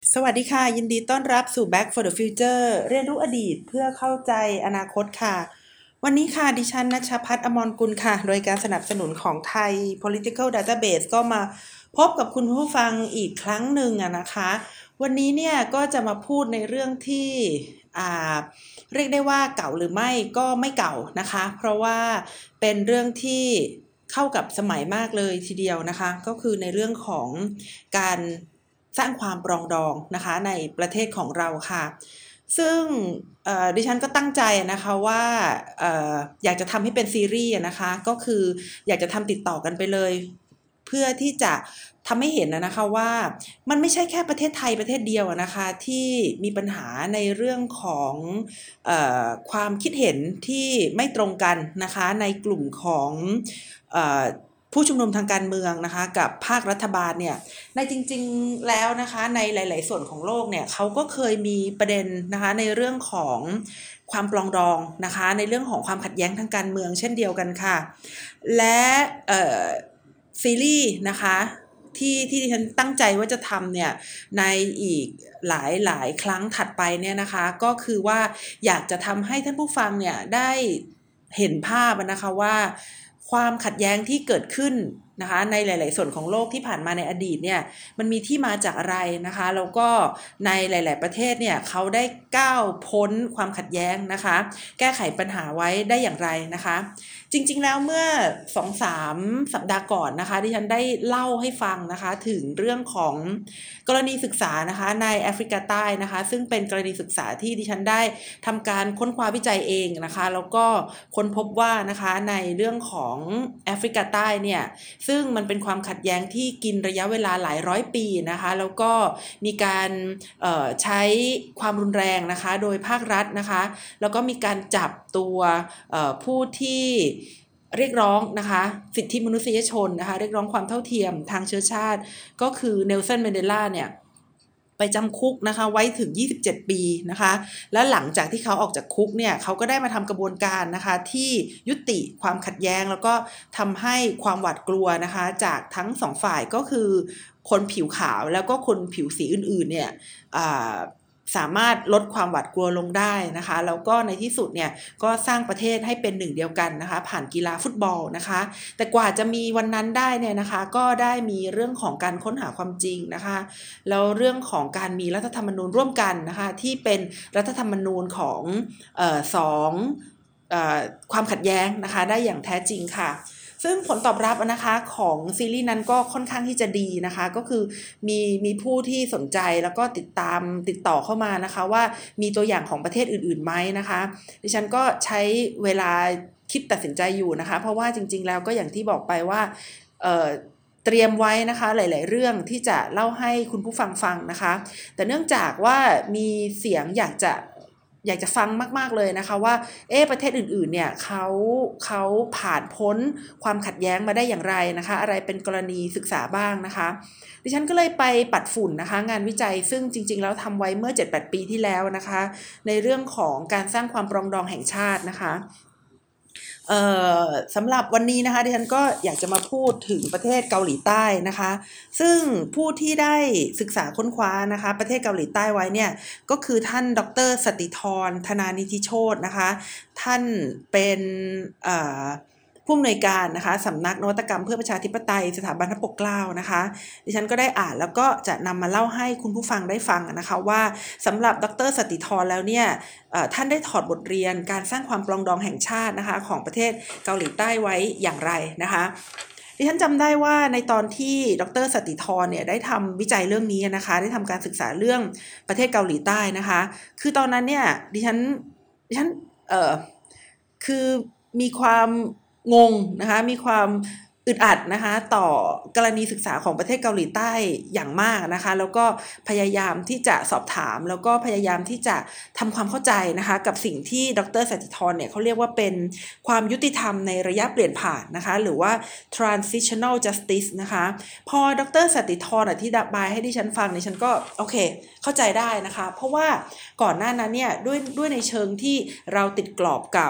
สวัสดีค่ะยินดีต้อนรับสู่ Back for the Future เรียนรู้อดีตเพื่อเข้าใจอนาคตค่ะวันนี้ค่ะดิฉันณัชพัฒน์อมรกุลค่ะโดยการสนับสนุนของไทย Political Database ก็มาพบกับคุณผู้ฟังอีกครั้งหนึ่งนะคะวันนี้เนี่ยก็จะมาพูดในเรื่องที่อ่าเรียกได้ว่าเก่าหรือไม่ก็ไม่เก่านะคะเพราะว่าเป็นเรื่องที่เข้ากับสมัยมากเลยทีเดียวนะคะก็คือในเรื่องของการสร้างความปรองดองนะคะในประเทศของเราค่ะซึ่งดิฉันก็ตั้งใจนะคะว่าอยากจะทำให้เป็นซีรีส์นะคะก็คืออยากจะทำติดต่อกันไปเลยเพื่อที่จะทำให้เห็นนะคะว่ามันไม่ใช่แค่ประเทศไทยประเทศเดียวนะคะที่มีปัญหาในเรื่องของความคิดเห็นที่ไม่ตรงกันนะคะในกลุ่มของผู้ชุมนุมทางการเมืองนะคะกับภาครัฐบาลเนี่ยในจริงๆแล้วนะคะในหลายๆส่วนของโลกเนี่ยเขาก็เคยมีประเด็นนะคะในเรื่องของความปลองดองนะคะในเรื่องของความขัดแย้งทางการเมืองเช่นเดียวกันค่ะและซีรีส์นะคะที่ดิฉันตั้งใจว่าจะทำเนี่ยในอีกหลายครั้งถัดไปเนี่ยนะคะก็คือว่าอยากจะทำให้ท่านผู้ฟังเนี่ยได้เห็นภาพนะคะว่าความขัดแย้งที่เกิดขึ้นนะคะในหลายๆส่วนของโลกที่ผ่านมาในอดีตเนี่ยมันมีที่มาจากอะไรนะคะแล้วก็ในหลายๆประเทศเนี่ยเขาได้ก้าวพ้นความขัดแย้งนะคะแก้ไขปัญหาไว้ได้อย่างไรนะคะจริงๆแล้วเมื่อ 2-3 สัปดาห์ก่อนนะคะที่ฉันได้เล่าให้ฟังนะคะถึงเรื่องของกรณีศึกษานะคะในแอฟริกาใต้นะคะซึ่งเป็นกรณีศึกษาที่ดิฉันได้ทำการค้นคว้าวิจัยเองนะคะแล้วก็ค้นพบว่านะคะในเรื่องของแอฟริกาใต้เนี่ยซึ่งมันเป็นความขัดแย้งที่กินระยะเวลาหลายร้อยปีนะคะแล้วก็มีการใช้ความรุนแรงนะคะโดยภาครัฐนะคะแล้วก็มีการจับตัวผู้ที่เรียกร้องนะคะสิทธิมนุษยชนนะคะเรียกร้องความเท่าเทียมทางเชื้อชาติก็คือเนลสันแมนเดลาเนี่ยไปจำคุกนะคะไว้ถึง27ปีนะคะและหลังจากที่เขาออกจากคุกเนี่ยเขาก็ได้มาทำกระบวนการนะคะที่ยุติความขัดแย้งแล้วก็ทำให้ความหวาดกลัวนะคะจากทั้งสองฝ่ายก็คือคนผิวขาวแล้วก็คนผิวสีอื่นๆเนี่ยสามารถลดความหวาดกลัวลงได้นะคะแล้วก็ในที่สุดเนี่ยก็สร้างประเทศให้เป็นหนึ่งเดียวกันนะคะผ่านกีฬาฟุตบอลนะคะแต่กว่าจะมีวันนั้นได้เนี่ยนะคะก็ได้มีเรื่องของการค้นหาความจริงนะคะแล้วเรื่องของการมีรัฐธรรมนูญร่วมกันนะคะที่เป็นรัฐธรรมนูญของสองความขัดแย้งนะคะได้อย่างแท้จริงค่ะซึ่งผลตอบรับนะคะของซีรีส์นั้นก็ค่อนข้างที่จะดีนะคะก็คือมีผู้ที่สนใจแล้วก็ติดต่อเข้ามานะคะว่ามีตัวอย่างของประเทศอื่นๆไหมนะคะดิฉันก็ใช้เวลาคิดตัดสินใจอยู่นะคะเพราะว่าจริงๆแล้วก็อย่างที่บอกไปว่าเตรียมไว้นะคะหลายๆเรื่องที่จะเล่าให้คุณผู้ฟังนะคะแต่เนื่องจากว่ามีเสียงอยากจะฟังมากๆเลยนะคะว่าประเทศอื่นๆเนี่ยเขาผ่านพ้นความขัดแย้งมาได้อย่างไรนะคะอะไรเป็นกรณีศึกษาบ้างนะคะดิฉันก็เลยไปปัดฝุ่นนะคะงานวิจัยซึ่งจริงๆแล้วทำไว้เมื่อ 7-8 ปีที่แล้วนะคะในเรื่องของการสร้างความปรองดองแห่งชาตินะคะสำหรับวันนี้นะคะดิฉันก็อยากจะมาพูดถึงประเทศเกาหลีใต้นะคะซึ่งผู้ที่ได้ศึกษาค้นคว้านะคะประเทศเกาหลีใต้ไว้เนี่ยก็คือท่านดร.สติธรธนานิธิโชตินะคะท่านเป็นผู้อำนวยการนะคะสำนักนวัตกรรมเพื่อประชาธิปไตยสถาบันพระปกเกล้านะคะดิฉันก็ได้อ่านแล้วก็จะนำมาเล่าให้คุณผู้ฟังได้ฟังนะคะว่าสำหรับดร.สติธรแล้วเนี่ยท่านได้ถอดบทเรียนการสร้างความปรองดองแห่งชาตินะคะของประเทศเกาหลีใต้ไว้อย่างไรนะคะดิฉันจำได้ว่าในตอนที่ดร.สติธรเนี่ยได้ทำวิจัยเรื่องนี้นะคะได้ทำการศึกษาเรื่องประเทศเกาหลีใต้นะคะคือตอนนั้นเนี่ยดิฉันคือมีความงงนะคะมีความอึดอัดนะคะต่อกรณีศึกษาของประเทศเกาหลีใต้อย่างมากนะคะแล้วก็พยายามที่จะสอบถามแล้วก็พยายามที่จะทำความเข้าใจนะคะกับสิ่งที่ดร.สติธรเนี่ยเขาเรียกว่าเป็นความยุติธรรมในระยะเปลี่ยนผ่านนะคะหรือว่า transitional justice นะคะพอดร.สติธรอธิบายให้ดิฉันฟังดิฉันก็โอเคเข้าใจได้นะคะเพราะว่าก่อนหน้านั้นเนี่ยด้วยในเชิงที่เราติดกรอบกับ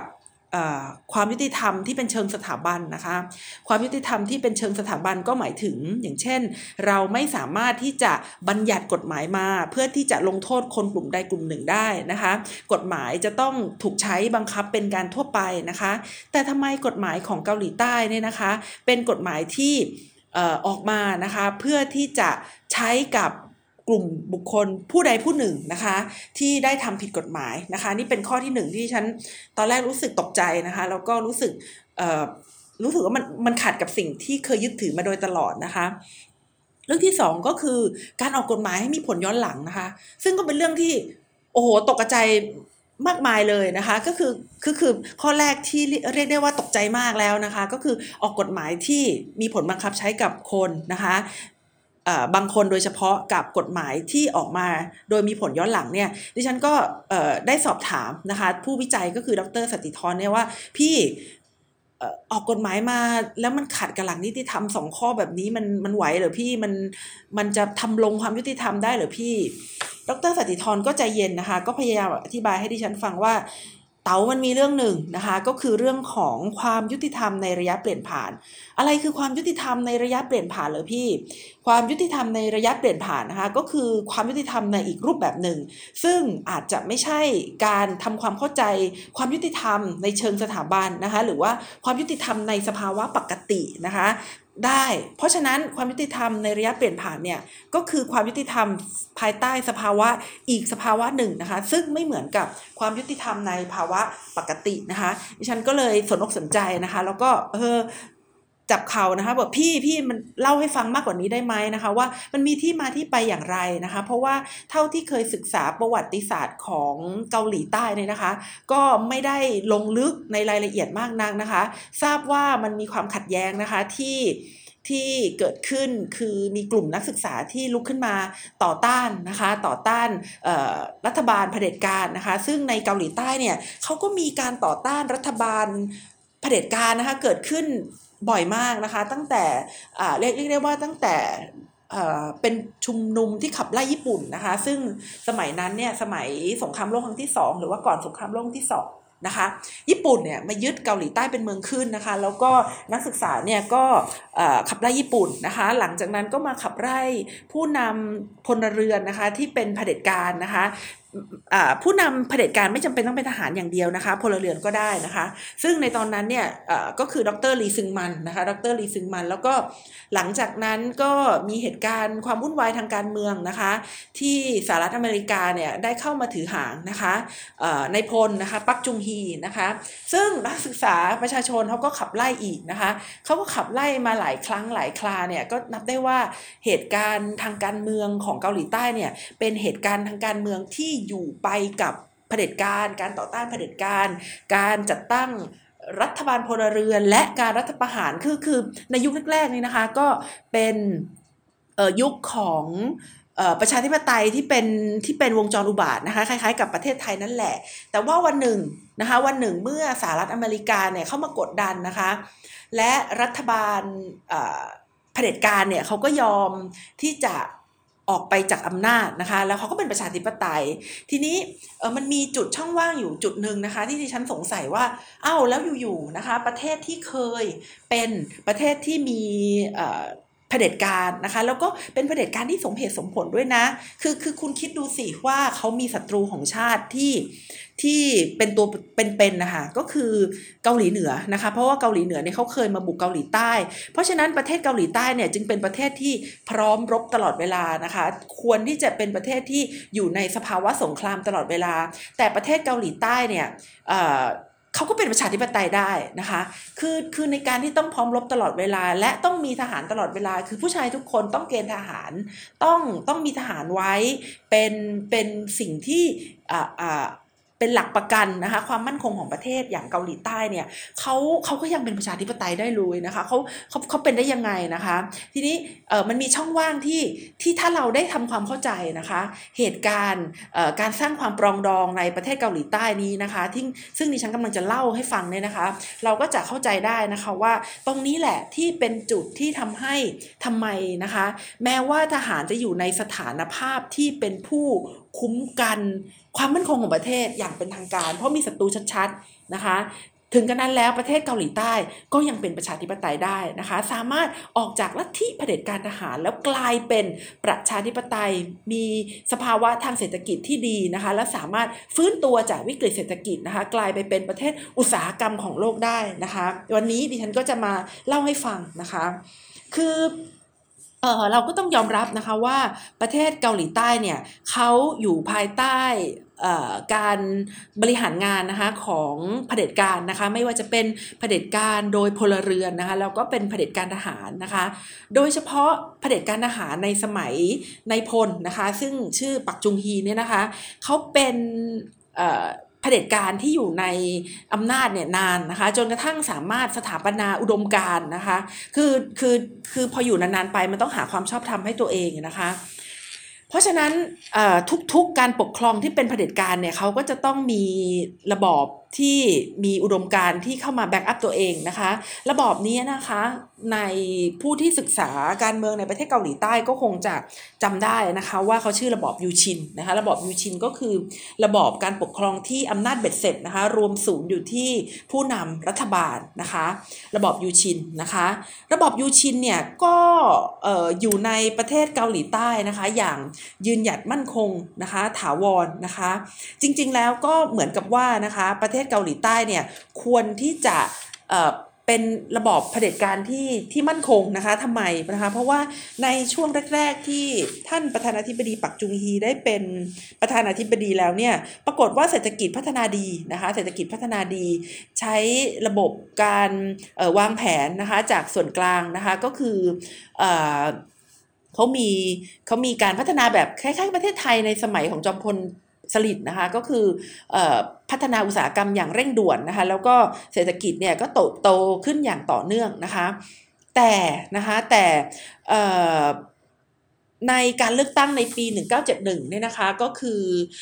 ความยุติธรรมที่เป็นเชิงสถาบันนะคะความยุติธรรมที่เป็นเชิงสถาบันก็หมายถึงอย่างเช่นเราไม่สามารถที่จะบัญญัติกฎหมายมาเพื่อที่จะลงโทษคนกลุ่มใดกลุ่มหนึ่งได้นะคะกฎหมายจะต้องถูกใช้บังคับเป็นการทั่วไปนะคะแต่ทำไมกฎหมายของเกาหลีใต้เนี่ยนะคะเป็นกฎหมายที่ออกมานะคะเพื่อที่จะใช้กับกลุ่มบุคคลผู้ใดผู้หนึ่งนะคะที่ได้ทำผิดกฎหมายนะคะนี่เป็นข้อที่หนึ่งที่ฉันตอนแรกรู้สึกตกใจนะคะแล้วก็รู้สึกว่ามันขัดกับสิ่งที่เคยยึดถือมาโดยตลอดนะคะเรื่องที่สองก็คือการออกกฎหมายให้มีผลย้อนหลังนะคะซึ่งก็เป็นเรื่องที่โอ้โหตกใจมากมายเลยนะคะก็คือข้อแรกที่เรียกได้ว่าตกใจมากแล้วนะคะก็คือออกกฎหมายที่มีผลบังคับใช้กับคนนะคะบางคนโดยเฉพาะกับกฎหมายที่ออกมาโดยมีผลย้อนหลังเนี่ยดิฉันก็ได้สอบถามนะคะผู้วิจัยก็คือดร.สติธรเนี่ยว่าพี่ออกกฎหมายมาแล้วมันขัดกับหลักนิติธรรม2ข้อแบบนี้มันไหวเหรอพี่มันจะทำลงความยุติธรรมได้เหรอพี่ดร.สติธรก็ใจเย็นนะคะก็พยายามอธิบายให้ดิฉันฟังว่าเต๋ามันมีเรื่องหนึ่งนะคะก็คือเรื่องของความยุติธรรมในระยะเปลี่ยนผ่านอะไรคือความยุติธรรมในระยะเปลี่ยนผ่านเหรอพี่ความยุติธรรมในระยะเปลี่ยนผ่านนะคะก็คือความยุติธรรมในอีกรูปแบบหนึ่งซึ่งอาจจะไม่ใช่การทำความเข้าใจความยุติธรรมในเชิงสถาบันนะคะหรือว่าความยุติธรรมในสภาวะปกตินะคะได้เพราะฉะนั้นความยุติธรรมในระยะเปลี่ยนผ่านเนี่ยก็คือความยุติธรรมภายใต้สภาวะอีกสภาวะหนึ่งนะคะซึ่งไม่เหมือนกับความยุติธรรมในภาวะปกตินะคะดิฉันก็เลยสนอกสนใจนะคะแล้วก็จับเขานะคะบอกพี่มันเล่าให้ฟังมากกว่านี้ได้ไหมนะคะว่ามันมีที่มาที่ไปอย่างไรนะคะเพราะว่าเท่าที่เคยศึกษาประวัติศาสตร์ของเกาหลีใต้เนี่ยนะคะก็ไม่ได้ลงลึกในรายละเอียดมากนักนะคะทราบว่ามันมีความขัดแย้งนะคะที่เกิดขึ้นคือมีกลุ่มนักศึกษาที่ลุกขึ้นมาต่อต้านนะคะต่อต้านรัฐบาลเผด็จการนะคะซึ่งในเกาหลีใต้เนี่ยเขาก็มีการต่อต้านรัฐบาลเผด็จการนะคะเกิดขึ้นบ่อยมากนะคะตั้งแต่เรียกได้ว่าตั้งแต่เป็นชุมนุมที่ขับไล่ญี่ปุ่นนะคะซึ่งสมัยนั้นเนี่ยสมัยสงครามโลกครั้งที่2หรือว่าก่อนสงครามโลกที่2นะคะญี่ปุ่นเนี่ยมายึดเกาหลีใต้เป็นเมืองขึ้นนะคะแล้วก็นักศึกษาเนี่ยก็ขับไล่ญี่ปุ่นนะคะหลังจากนั้นก็มาขับไล่ผู้นำพลเรือนนะคะที่เป็นเผด็จการนะคะผู้นำเผด็จการไม่จำเป็นต้องเป็นทหารอย่างเดียวนะคะพลเรือนก็ได้นะคะซึ่งในตอนนั้นเนี่ยก็คือดร.ลีซึงมันนะคะดร.ลีซึงมันแล้วก็หลังจากนั้นก็มีเหตุการณ์ความวุ่นวายทางการเมืองนะคะที่สหรัฐอเมริกาเนี่ยได้เข้ามาถือหางนะคะในพลนะคะปักจุงฮีนะคะซึ่งนักศึกษาประชาชนเขาก็ขับไล่อีกนะคะเขาก็ขับไล่มาหลายครั้งหลายคราเนี่ยก็นับได้ว่าเหตุการณ์ทางการเมืองของเกาหลีใต้เนี่ยเป็นเหตุการณ์ทางการเมืองที่อยู่ไปกับเผด็จการการต่อต้านเผด็จการการจัดตั้งรัฐบาลพลเรือนและการรัฐประหารคือในยุคแรกๆนี่นะคะก็เป็นยุคของประชาธิปไตยที่เป็นวงจรอุบาทนะคะคล้ายๆกับประเทศไทยนั่นแหละแต่ว่าวันหนึ่งนะคะวันหนึ่งเมื่อสหรัฐอเมริกาเนี่ยเข้ามากดดันนะคะและรัฐบาลเผด็จการเนี่ยเขาก็ยอมที่จะออกไปจากอำนาจนะคะแล้วเขาก็เป็นประชาธิปไตยทีนี้มันมีจุดช่องว่างอยู่จุดหนึ่งนะคะที่ดิฉันสงสัยว่าแล้วอยู่ๆนะคะประเทศที่เคยเป็นประเทศที่มีเผด็จการนะคะแล้วก็เป็นเผด็จการที่สมเหตุสมผลด้วยนะคือคุณคิดดูสิว่าเขามีศัตรูของชาติที่เป็นตัวเป็นๆนะคะก็คือเกาหลีเหนือนะคะเพราะว่าเกาหลีเหนือเนี่ยเขาเคยมาบุกเกาหลีใต้เพราะฉะนั้นประเทศเกาหลีใต้เนี่ยจึงเป็นประเทศที่พร้อมรบตลอดเวลานะคะควรที่จะเป็นประเทศที่อยู่ในสภาวะสงครามตลอดเวลาแต่ประเทศเกาหลีใต้เนี่ยเขาก็เป็นประชาธิปไตยได้นะคะคือในการที่ต้องพร้อมรบตลอดเวลาและต้องมีทหารตลอดเวลาคือผู้ชายทุกคนต้องเกณฑ์ทหารต้องมีทหารไว้เป็นสิ่งที่เป็นหลักประกันนะคะความมั่นคงของประเทศอย่างเกาหลีใต้เนี่ยเขาก็ยังเป็นประชาธิปไตยได้เลยนะคะเขาเป็นได้ยังไงนะคะทีนี้มันมีช่องว่างที่ถ้าเราได้ทำความเข้าใจนะคะเหตุการณ์การสร้างความปรองดองในประเทศเกาหลีใต้นี้นะคะซึ่งดิฉันกำลังจะเล่าให้ฟังเนี่ยนะคะเราก็จะเข้าใจได้นะคะว่าตรงนี้แหละที่เป็นจุดที่ทำไมนะคะแม้ว่าทหารจะอยู่ในสถานภาพที่เป็นผู้คุ้มกันความมั่นคงของประเทศอย่างเป็นทางการเพราะมีศัตรูชัดๆนะคะถึงกระนั้นแล้วประเทศเกาหลีใต้ก็ยังเป็นประชาธิปไตยได้นะคะสามารถออกจากลัทธิเผด็จการทหารแล้วกลายเป็นประชาธิปไตยมีสภาวะทางเศรษฐกิจที่ดีนะคะและสามารถฟื้นตัวจากวิกฤตเศรษฐกิจนะคะกลายไปเป็นประเทศอุตสาหกรรมของโลกได้นะคะวันนี้ดิฉันก็จะมาเล่าให้ฟังนะคะคือเราก็ต้องยอมรับนะคะว่าประเทศเกาหลีใต้เนี่ยเขาอยู่ภายใต้การบริหารงานนะคะของเผด็จการนะคะไม่ว่าจะเป็นเผด็จการโดยพลเรือนนะคะแล้วก็เป็นเผด็จการทหารนะคะโดยเฉพาะเผด็จการทหารในสมัยนายพลนะคะซึ่งชื่อปักจุงฮีเนี่ยนะคะเขาเป็นเผด็จการที่อยู่ในอำนาจเนี่ยนานนะคะจนกระทั่งสามารถสถาปนาอุดมการณ์นะคะคือพออยู่นานๆไปมันต้องหาความชอบธรรมให้ตัวเองนะคะเพราะฉะนั้นทุกการปกครองที่เป็นเผด็จการเนี่ยเขาก็จะต้องมีระบอบที่มีอุดมการณ์ที่เข้ามาแบ็กอัพตัวเองนะคะระบอบนี้นะคะในผู้ที่ศึกษาการเมืองในประเทศเกาหลีใต้ก็คงจะจำได้นะคะว่าเขาชื่อระบอบยูชินนะคะระบอบยูชินก็คือระบอบการปกครองที่อำนาจเบ็ดเสร็จนะคะรวมศูนย์อยู่ที่ผู้นำรัฐบาลนะคะระบอบยูชินนะคะระบอบยูชินเนี่ยก็อยู่ในประเทศเกาหลีใต้นะคะอย่างยืนหยัดมั่นคงนะคะถาวรนะคะจริงๆแล้วก็เหมือนกับว่านะคะประเทศเกาหลีใต้เนี่ยควรที่จะเป็นระบอบเผด็จการที่มั่นคงนะคะทำไมนะคะเพราะว่าในช่วงแรกๆที่ท่านประธานาธิบดีปักจุงฮีได้เป็นประธานาธิบดีแล้วเนี่ยปรากฏว่าเศรษฐกิจพัฒนาดีนะคะเศรษฐกิจพัฒนาดีใช้ระบบการวางแผนนะคะจากส่วนกลางนะคะก็คือเขามีการพัฒนาแบบคล้ายๆประเทศไทยในสมัยของจอมพลสฤษดิ์นะคะก็คือพัฒนาอุตสาหกรรมอย่างเร่งด่วนนะคะแล้วก็เศรษฐกิจเนี่ยก็โตขึ้นอย่างต่อเนื่องนะคะแต่ในการเลือกตั้งในปี1971เนี่ยนะคะก็คือ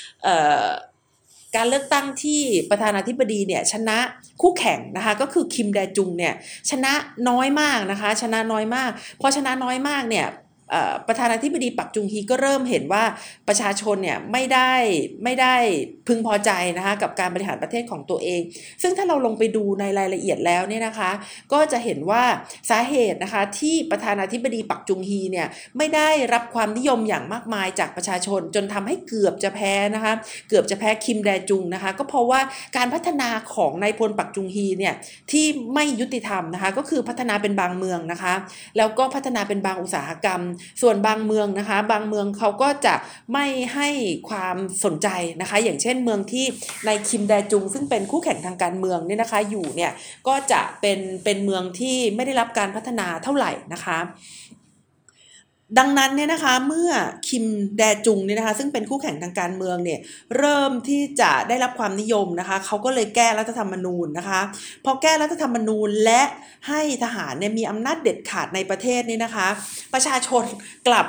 การเลือกตั้งที่ประธานาธิบดีเนี่ยชนะคู่แข่งนะคะก็คือคิมแดจุงเนี่ยชนะน้อยมากนะคะชนะน้อยมากพอชนะน้อยมากเนี่ยประธานาธิบดีปักจุงฮีก็เริ่มเห็นว่าประชาชนเนี่ยไม่ได้พึงพอใจนะคะกับการบริหารประเทศของตัวเองซึ่งถ้าเราลงไปดูในรายละเอียดแล้วเนี่ยนะคะก็จะเห็นว่าสาเหตุนะคะที่ประธานาธิบดีปักจุงฮีเนี่ยไม่ได้รับความนิยมอย่างมากมายจากประชาชนจนทำให้เกือบจะแพ้นะคะเกือบจะแพ้คิมแดจุงนะคะก็เพราะว่าการพัฒนาของนายพลปักจุงฮีเนี่ยที่ไม่ยุติธรรมนะคะก็คือพัฒนาเป็นบางเมืองนะคะแล้วก็พัฒนาเป็นบางอุตสาหกรรมส่วนบางเมืองนะคะบางเมืองเขาก็จะไม่ให้ความสนใจนะคะอย่างเช่นเมืองที่นายคิมแดจุงซึ่งเป็นคู่แข่งทางการเมืองเนี่ยนะคะอยู่เนี่ยก็จะเป็นเมืองที่ไม่ได้รับการพัฒนาเท่าไหร่นะคะดังนั้นเนี่ยนะคะเมื่อคิมแดจุงเนี่ยนะคะซึ่งเป็นคู่แข่งทางการเมืองเนี่ยเริ่มที่จะได้รับความนิยมนะคะเขาก็เลยแก้รัฐธรรมนูญนะคะพอแก้รัฐธรรมนูญและให้ทหารเนี่ยมีอำนาจเด็ดขาดในประเทศนี่นะคะประชาชนกลับ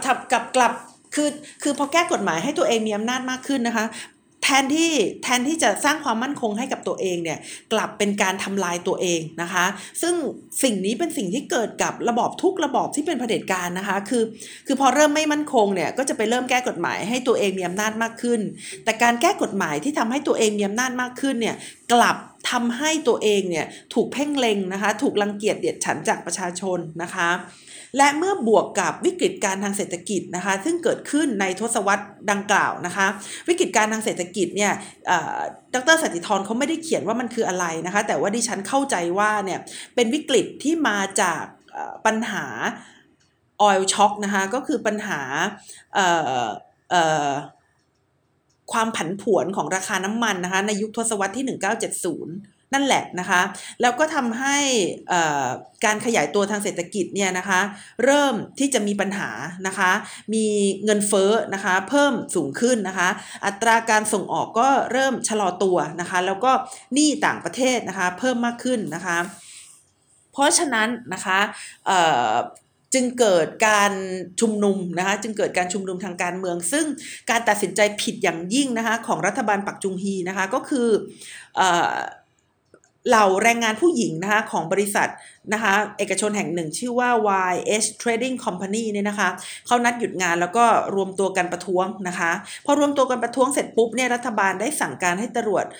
คือพอแก้กฎหมายให้ตัวเองมีอำนาจมากขึ้นนะคะแทนที่จะสร้างความมั่นคงให้กับตัวเองเนี่ยกลับเป็นการทำลายตัวเองนะคะซึ่งสิ่งนี้เป็นสิ่งที่เกิดกับระบอบทุกระบอบที่เป็นเผด็จการนะคะคือพอเริ่มไม่มั่นคงเนี่ยก็จะไปเริ่มแก้กฎหมายให้ตัวเองมีอำนาจมากขึ้นแต่การแก้กฎหมายที่ทำให้ตัวเองมีอำนาจมากขึ้นเนี่ยกลับทำให้ตัวเองเนี่ยถูกเพ่งเล็งนะคะถูกรังเกียจเดียดฉันจากประชาชนนะคะและเมื่อบวกกับวิกฤตการทางเศรษฐกิจนะคะซึ่งเกิดขึ้นในทศวรรษดังกล่าวนะคะวิกฤตการทางเศรษฐกิจเนี่ยดร.สันติธรเขาไม่ได้เขียนว่ามันคืออะไรนะคะแต่ว่าดิฉันเข้าใจว่าเนี่ยเป็นวิกฤตที่มาจากปัญหา oil shock นะคะก็คือปัญหาความผันผวนของราคาน้ำมันนะคะในยุคทศวรรษที่1970นั่นแหละนะคะแล้วก็ทำให้การขยายตัวทางเศรษฐกิจเนี่ยนะคะเริ่มที่จะมีปัญหานะคะมีเงินเฟ้อนะคะเพิ่มสูงขึ้นนะคะอัตราการส่งออกก็เริ่มชะลอตัวนะคะแล้วก็หนี้ต่างประเทศนะคะเพิ่มมากขึ้นนะคะเพราะฉะนั้นนะคะจึงเกิดการชุมนุมนะคะจึงเกิดการชุมนุมทางการเมืองซึ่งการตัดสินใจผิดอย่างยิ่งนะคะของรัฐบาลปักจุงฮีนะคะก็คือเหล่าแรงงานผู้หญิงนะคะของบริษัทนะคะเอกชนแห่งหนึ่งชื่อว่า YH Trading Company เนี่ยนะคะเขานัดหยุดงานแล้วก็รวมตัวกันประท้วงนะคะพอรวมตัวกันประท้วงเสร็จปุ๊บเนี่ยรัฐบาลได้สั่งการให้ตำรวจ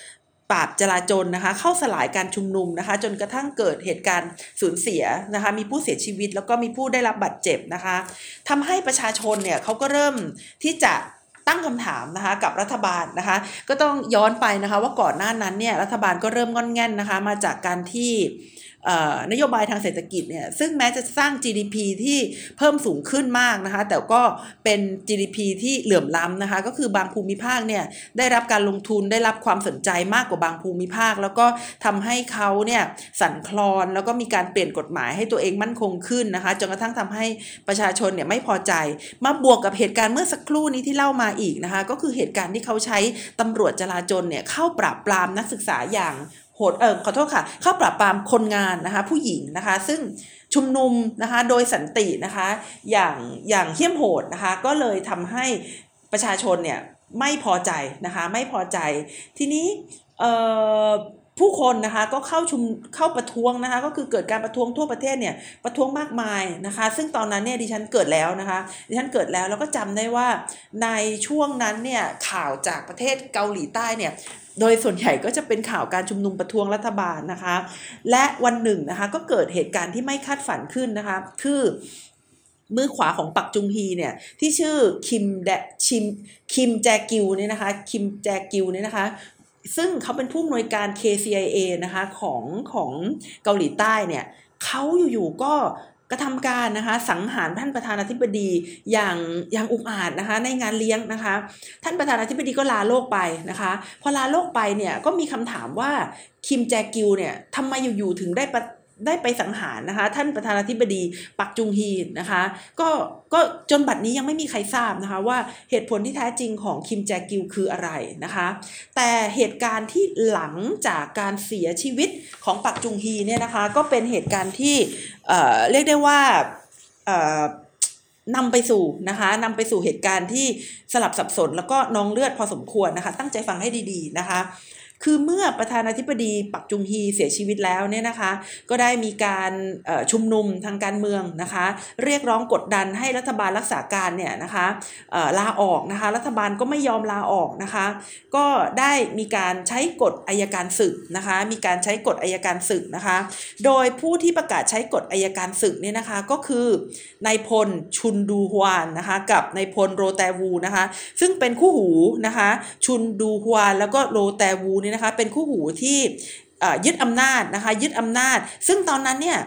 ปราบจลาจลนะคะเข้าสลายการชุมนุมนะคะจนกระทั่งเกิดเหตุการณ์สูญเสียนะคะมีผู้เสียชีวิตแล้วก็มีผู้ได้รับบาดเจ็บนะคะทำให้ประชาชนเนี่ยเขาก็เริ่มที่จะตั้งคำถามนะคะกับรัฐบาลนะคะก็ต้องย้อนไปนะคะว่าก่อนหน้านั้นเนี่ยรัฐบาลก็เริ่มงอนแง่นนะคะมาจากการที่นโยบายทางเศรษฐกิจเนี่ยซึ่งแม้จะสร้าง GDP ที่เพิ่มสูงขึ้นมากนะคะแต่ก็เป็น GDP ที่เหลื่อมล้ำนะคะก็คือบางภูมิภาคเนี่ยได้รับการลงทุนได้รับความสนใจมากกว่าบางภูมิภาคแล้วก็ทำให้เขาเนี่ยสั่นคลอนแล้วก็มีการเปลี่ยนกฎหมายให้ตัวเองมั่นคงขึ้นนะคะจนกระทั่งทำให้ประชาชนเนี่ยไม่พอใจมาบวกกับเหตุการณ์เมื่อสักครู่นี้ที่เล่ามาอีกนะคะก็คือเหตุการณ์ที่เขาใช้ตำรวจจราจรเนี่ยเข้าปราบปรามนักศึกษาอย่างโหดขอโทษค่ะเข้าปราบปรามคนงานนะคะผู้หญิงนะคะซึ่งชุมนุมนะคะโดยสันตินะคะอย่างเหี้ยมโหดนะคะก็เลยทำให้ประชาชนเนี่ยไม่พอใจนะคะไม่พอใจทีนี้ผู้คนนะคะก็เข้าประท้วงนะคะก็คือเกิดการประท้วงทั่วประเทศเนี่ยประท้วงมากมายนะคะซึ่งตอนนั้นเนี่ยดิฉันเกิดแล้วนะคะดิฉันเกิดแล้วก็จำได้ว่าในช่วงนั้นเนี่ยข่าวจากประเทศเกาหลีใต้เนี่ยโดยส่วนใหญ่ก็จะเป็นข่าวการชุมนุมประท้วงรัฐบาลนะคะและวันหนึ่งนะคะก็เกิดเหตุการณ์ที่ไม่คาดฝันขึ้นนะคะคือมือขวาของปักจุงฮีเนี่ยที่ชื่อคิมแจกิวเนี่ยนะคะคิมแจกิวเนี่ยนะคะซึ่งเขาเป็นผู้อำนวยการ KCIA นะคะของเกาหลีใต้เนี่ยเขาอยู่ๆก็กระทำการนะคะสังหารท่านประธานาธิบดีอย่างอุกอาจนะคะในงานเลี้ยงนะคะท่านประธานาธิบดีก็ลาโลกไปนะคะพอลาโลกไปเนี่ยก็มีคำถามว่าคิมแจกิวเนี่ยทำไมอยู่ๆถึงได้ไปสังหารนะคะท่านประธานาธิบดีปักจุงฮีนะคะก็จนบัดนี้ยังไม่มีใครทราบนะคะว่าเหตุผลที่แท้จริงของคิมแจกิวคืออะไรนะคะแต่เหตุการณ์ที่หลังจากการเสียชีวิตของปักจุงฮีเนี่ยนะคะก็เป็นเหตุการณ์ที่เรียกได้ว่านำไปสู่เหตุการณ์ที่สลับสับสนแล้วก็นองเลือดพอสมควรนะคะตั้งใจฟังให้ดีๆนะคะคือเมื่อประธานาธิบดีปักจุงฮีเสียชีวิตแล้วเนี่ยนะคะก็ได้มีการชุมนุมทางการเมืองนะคะเรียกร้องกดดันให้รัฐบาลรักษาการเนี่ยนะคะลาออกนะคะรัฐบาลก็ไม่ยอมลาออกนะคะก็ได้มีการใช้กฎอัยการศึกนะคะมีการใช้กฎอัยการศึกนะคะโดยผู้ที่ประกาศใช้กฎอัยการศึกเนี่ยนะคะก็คือนายพลชุนดูฮวานนะคะกับนายพลโรแตวูนะคะซึ่งเป็นคู่หูนะคะชุนดูฮวานแล้วก็โรแตวูนี่นะคะเป็นคู่หูที่ยึดอำนาจนะคะยึดอำนาจซึ่งตอนนั้นเนี่ย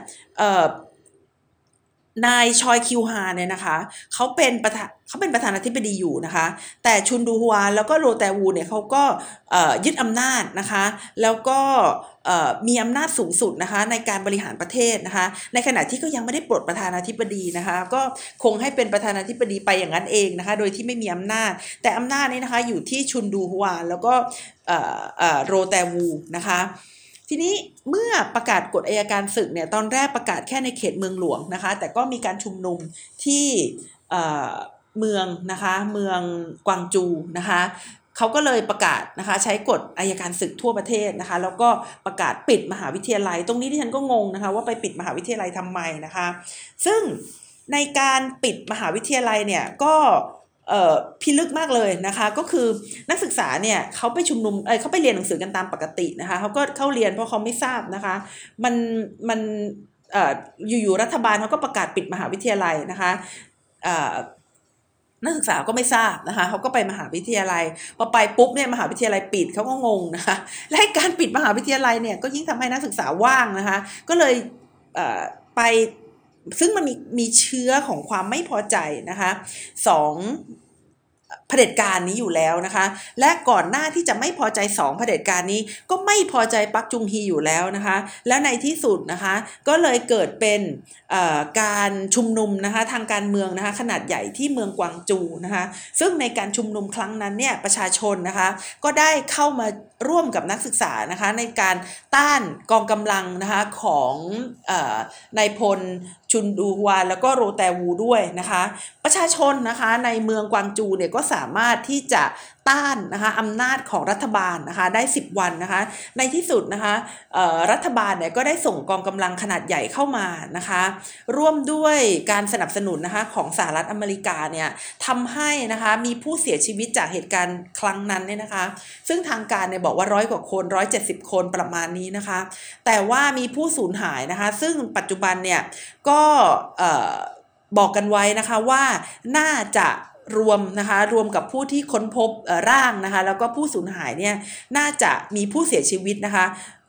นายชอยคิวฮาเนี่ยนะคะเขาเป็นประธานาธิบดีอยู่นะคะแต่ชุนดูฮวานแล้วก็โรแตวูเนี่ยเขาก็ยึดอำนาจนะคะแล้วก็มีอำนาจสูงสุดนะคะในการบริหารประเทศนะคะในขณะที่ก็ยังไม่ได้ปลดประธานาธิบดีนะคะก็คงให้เป็นประธานาธิบดีไปอย่างนั้นเองนะคะโดยที่ไม่มีอำนาจแต่อำนาจนี้นะคะอยู่ที่ชุนดูฮวานแล้วก็โรแตวูนะคะทีนี้เมื่อประกาศกฎอัยการศึกเนี่ยตอนแรกประกาศแค่ในเขตเมืองหลวงนะคะแต่ก็มีการชุมนุมที่เมืองนะคะเมืองกวางจูนะคะเขาก็เลยประกาศนะคะใช้กฎอัยการศึกทั่วประเทศนะคะแล้วก็ประกาศปิดมหาวิทยาลัยตรงนี้ที่ฉันก็งงนะคะว่าไปปิดมหาวิทยาลัยทำไมนะคะซึ่งในการปิดมหาวิทยาลัยเนี่ยก็พิลึกมากเลยนะคะก็คือนักศึกษาเนี่ยเขาไปชุมนุมเขาไปเรียนหนังสือกันตามปกตินะคะเขาก็เข้าเรียนเพราะเขาไม่ทราบนะคะมันอยู่ๆรัฐบาลเขาก็ประกาศปิดมหาวิทยาลัยนะคะนักศึกษาก็ไม่ทราบนะคะเขาก็ไปมหาวิทยาลัยพอไปปุ๊บเนี่ยมหาวิทยาลัยปิดเขาก็งงนะคะและการปิดมหาวิทยาลัยเนี่ยก็ยิ่งทำให้นักศึกษาว่างนะคะก็เลยไปซึ่งมันมีเชื้อของความไม่พอใจนะคะสองเผด็จการนี้อยู่แล้วนะคะและก่อนหน้าที่จะไม่พอใจ2เผด็จการนี้ก็ไม่พอใจปักจุงฮีอยู่แล้วนะคะและในที่สุดนะคะก็เลยเกิดเป็นการชุมนุมนะคะทางการเมืองนะคะขนาดใหญ่ที่เมืองกวางจูนะคะซึ่งในการชุมนุมครั้งนั้นเนี่ยประชาชนนะคะก็ได้เข้ามาร่วมกับนักศึกษานะคะในการต้านกองกำลังนะคะของนายพลชุนดูฮวานแล้วก็โรแตวูด้วยนะคะประชาชนนะคะในเมืองกวางจูเนี่ยก็สามารถที่จะต้านนะคะอำนาจของรัฐบาลนะคะได้10 วันนะคะในที่สุดนะคะรัฐบาลเนี่ยก็ได้ส่งกองกำลังขนาดใหญ่เข้ามานะคะร่วมด้วยการสนับสนุนนะคะของสหรัฐอเมริกาเนี่ยทำให้นะคะมีผู้เสียชีวิตจากเหตุการณ์ครั้งนั้นเนี่ยนะคะซึ่งทางการเนี่ยบอกว่า100 กว่าคน170 คนประมาณนี้นะคะแต่ว่ามีผู้สูญหายนะคะซึ่งปัจจุบันเนี่ยก็บอกกันไว้นะคะว่าน่าจะรวมกับผู้ที่ค้นพบร่างนะคะแล้วก็ผู้สูญหายเนี่ยน่าจะมีผู้เสียชีวิตนะคะ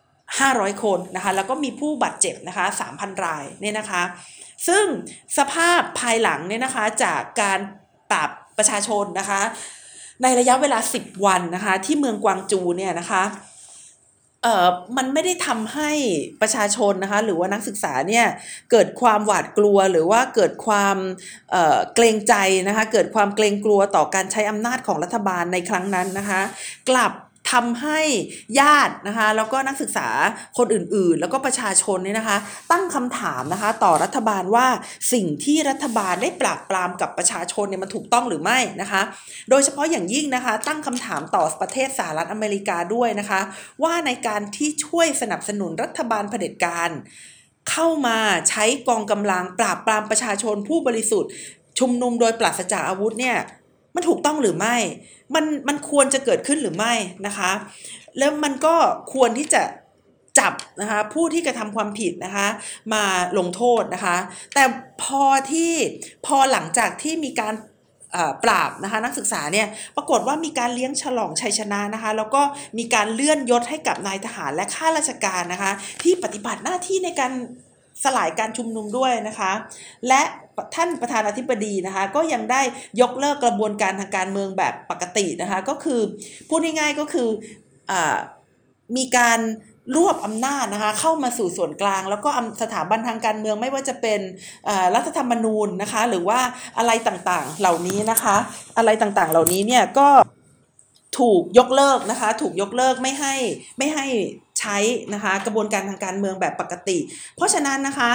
500 คนนะคะแล้วก็มีผู้บาดเจ็บนะคะ3,000 รายเนี่ยนะคะซึ่งสภาพภายหลังเนี่ยนะคะจากการปราบประชาชนนะคะในระยะเวลา10 วันนะคะที่เมืองกวางจูเนี่ยนะคะมันไม่ได้ทำให้ประชาชนนะคะหรือว่านักศึกษาเนี่ยเกิดความหวาดกลัวหรือว่าเกิดความเกรงใจนะคะเกิดความเกรงกลัวต่อการใช้อำนาจของรัฐบาลในครั้งนั้นนะคะกลับทำให้ญาตินะคะแล้วก็นักศึกษาคนอื่นๆแล้วก็ประชาชนเนี่ยนะคะตั้งคำถามนะคะต่อรัฐบาลว่าสิ่งที่รัฐบาลได้ปราบปรามกับประชาชนเนี่ยมันถูกต้องหรือไม่นะคะโดยเฉพาะอย่างยิ่งนะคะตั้งคำถามต่อประเทศสหรัฐอเมริกาด้วยนะคะว่าในการที่ช่วยสนับสนุนรัฐบาลเผด็จการเข้ามาใช้กองกำลังปราบปรามประชาชนผู้บริสุทธิ์ชุมนุมโดยปราศจากอาวุธเนี่ยมันถูกต้องหรือไม่มันควรจะเกิดขึ้นหรือไม่นะคะแล้วมันก็ควรที่จะจับนะคะผู้ที่กระทำความผิดนะคะมาลงโทษนะคะแต่พอหลังจากที่มีการปราบนะคะนักศึกษาเนี่ยปรากฏว่ามีการเลี้ยงฉลองชัยชนะนะคะแล้วก็มีการเลื่อนยศให้กับนายทหารและข้าราชการนะคะที่ปฏิบัติหน้าที่ในการสลายการชุมนุมด้วยนะคะและท่านประธานาธิบดีนะคะก็ยังได้ยกเลิกกระบวนการทางการเมืองแบบปกตินะคะก็คือพูดง่ายๆก็คือมีการรวบอำนาจนะคะเข้ามาสู่ส่วนกลางแล้วก็สถาบันทางการเมืองไม่ว่าจะเป็นรัฐธรรมนูญนะคะหรือว่าอะไรต่างๆเหล่านี้นะคะอะไรต่างๆเหล่านี้เนี่ยก็ถูกยกเลิกนะคะถูกยกเลิกไม่ให้ใช้นะคะกระบวนการทางการเมืองแบบปกติเพราะฉะนั้นนะคะ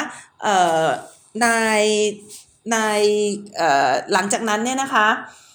ในหลังจากนั้นเนี่ยนะคะ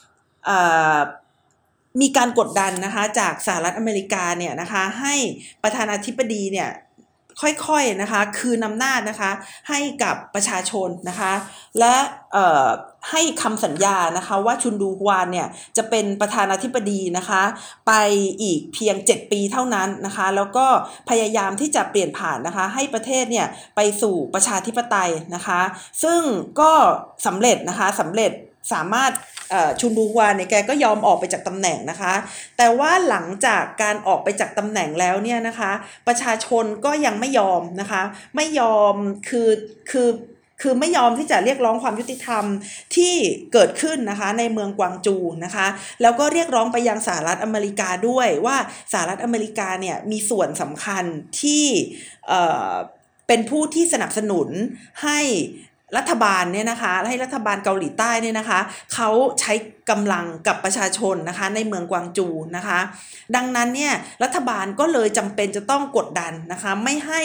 มีการกดดันนะคะจากสหรัฐอเมริกาเนี่ยนะคะให้ประธานาธิบดีเนี่ยค่อยๆนะคะคืนอำนาจนะคะให้กับประชาชนนะคะและให้คำสัญญานะคะว่าชุนดูฮวานเนี่ยจะเป็นประธานาธิบดีนะคะไปอีกเพียง7 ปีเท่านั้นนะคะแล้วก็พยายามที่จะเปลี่ยนผ่านนะคะให้ประเทศเนี่ยไปสู่ประชาธิปไตยนะคะซึ่งก็สำเร็จนะคะสามารถชุนดูฮวานเนี่ยแกก็ยอมออกไปจากตำแหน่งนะคะแต่ว่าหลังจากการออกไปจากตำแหน่งแล้วเนี่ยนะคะประชาชนก็ยังไม่ยอมนะคะไม่ยอมคือไม่ยอมที่จะเรียกร้องความยุติธรรมที่เกิดขึ้นนะคะในเมืองกวางจูนะคะแล้วก็เรียกร้องไปยังสหรัฐอเมริกาด้วยว่าสหรัฐอเมริกาเนี่ยมีส่วนสำคัญที่เป็นผู้ที่สนับสนุนให้รัฐบาลเนี่ยนะคะให้รัฐบาลเกาหลีใต้เนี่ยนะคะเขาใช้กำลังกับประชาชนนะคะในเมืองกวางจูนะคะดังนั้นเนี่ยรัฐบาลก็เลยจำเป็นจะต้องกดดันนะคะไม่ให้